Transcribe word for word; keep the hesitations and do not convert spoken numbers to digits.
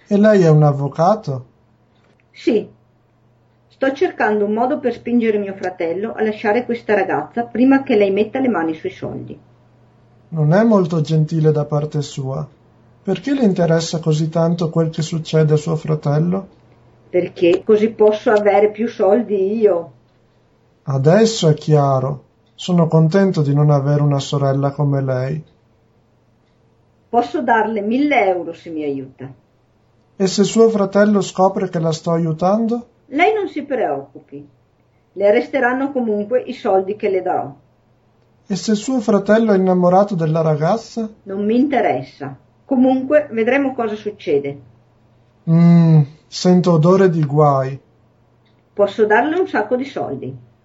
E lei è un avvocato? Sì, sto cercando un modo per spingere mio fratello a lasciare questa ragazza prima che lei metta le mani sui soldi. Non è molto gentile da parte sua. Perché le interessa così tanto quel che succede a suo fratello? Perché così posso avere più soldi io. Adesso è chiaro. Sono contento di non avere una sorella come lei. Posso darle mille euro se mi aiuta. E se suo fratello scopre che la sto aiutando? Lei non si preoccupi. Le resteranno comunque i soldi che le darò. E se suo fratello è innamorato della ragazza? Non mi interessa. Comunque vedremo cosa succede. Mmm, sento odore di guai. Posso darle un sacco di soldi.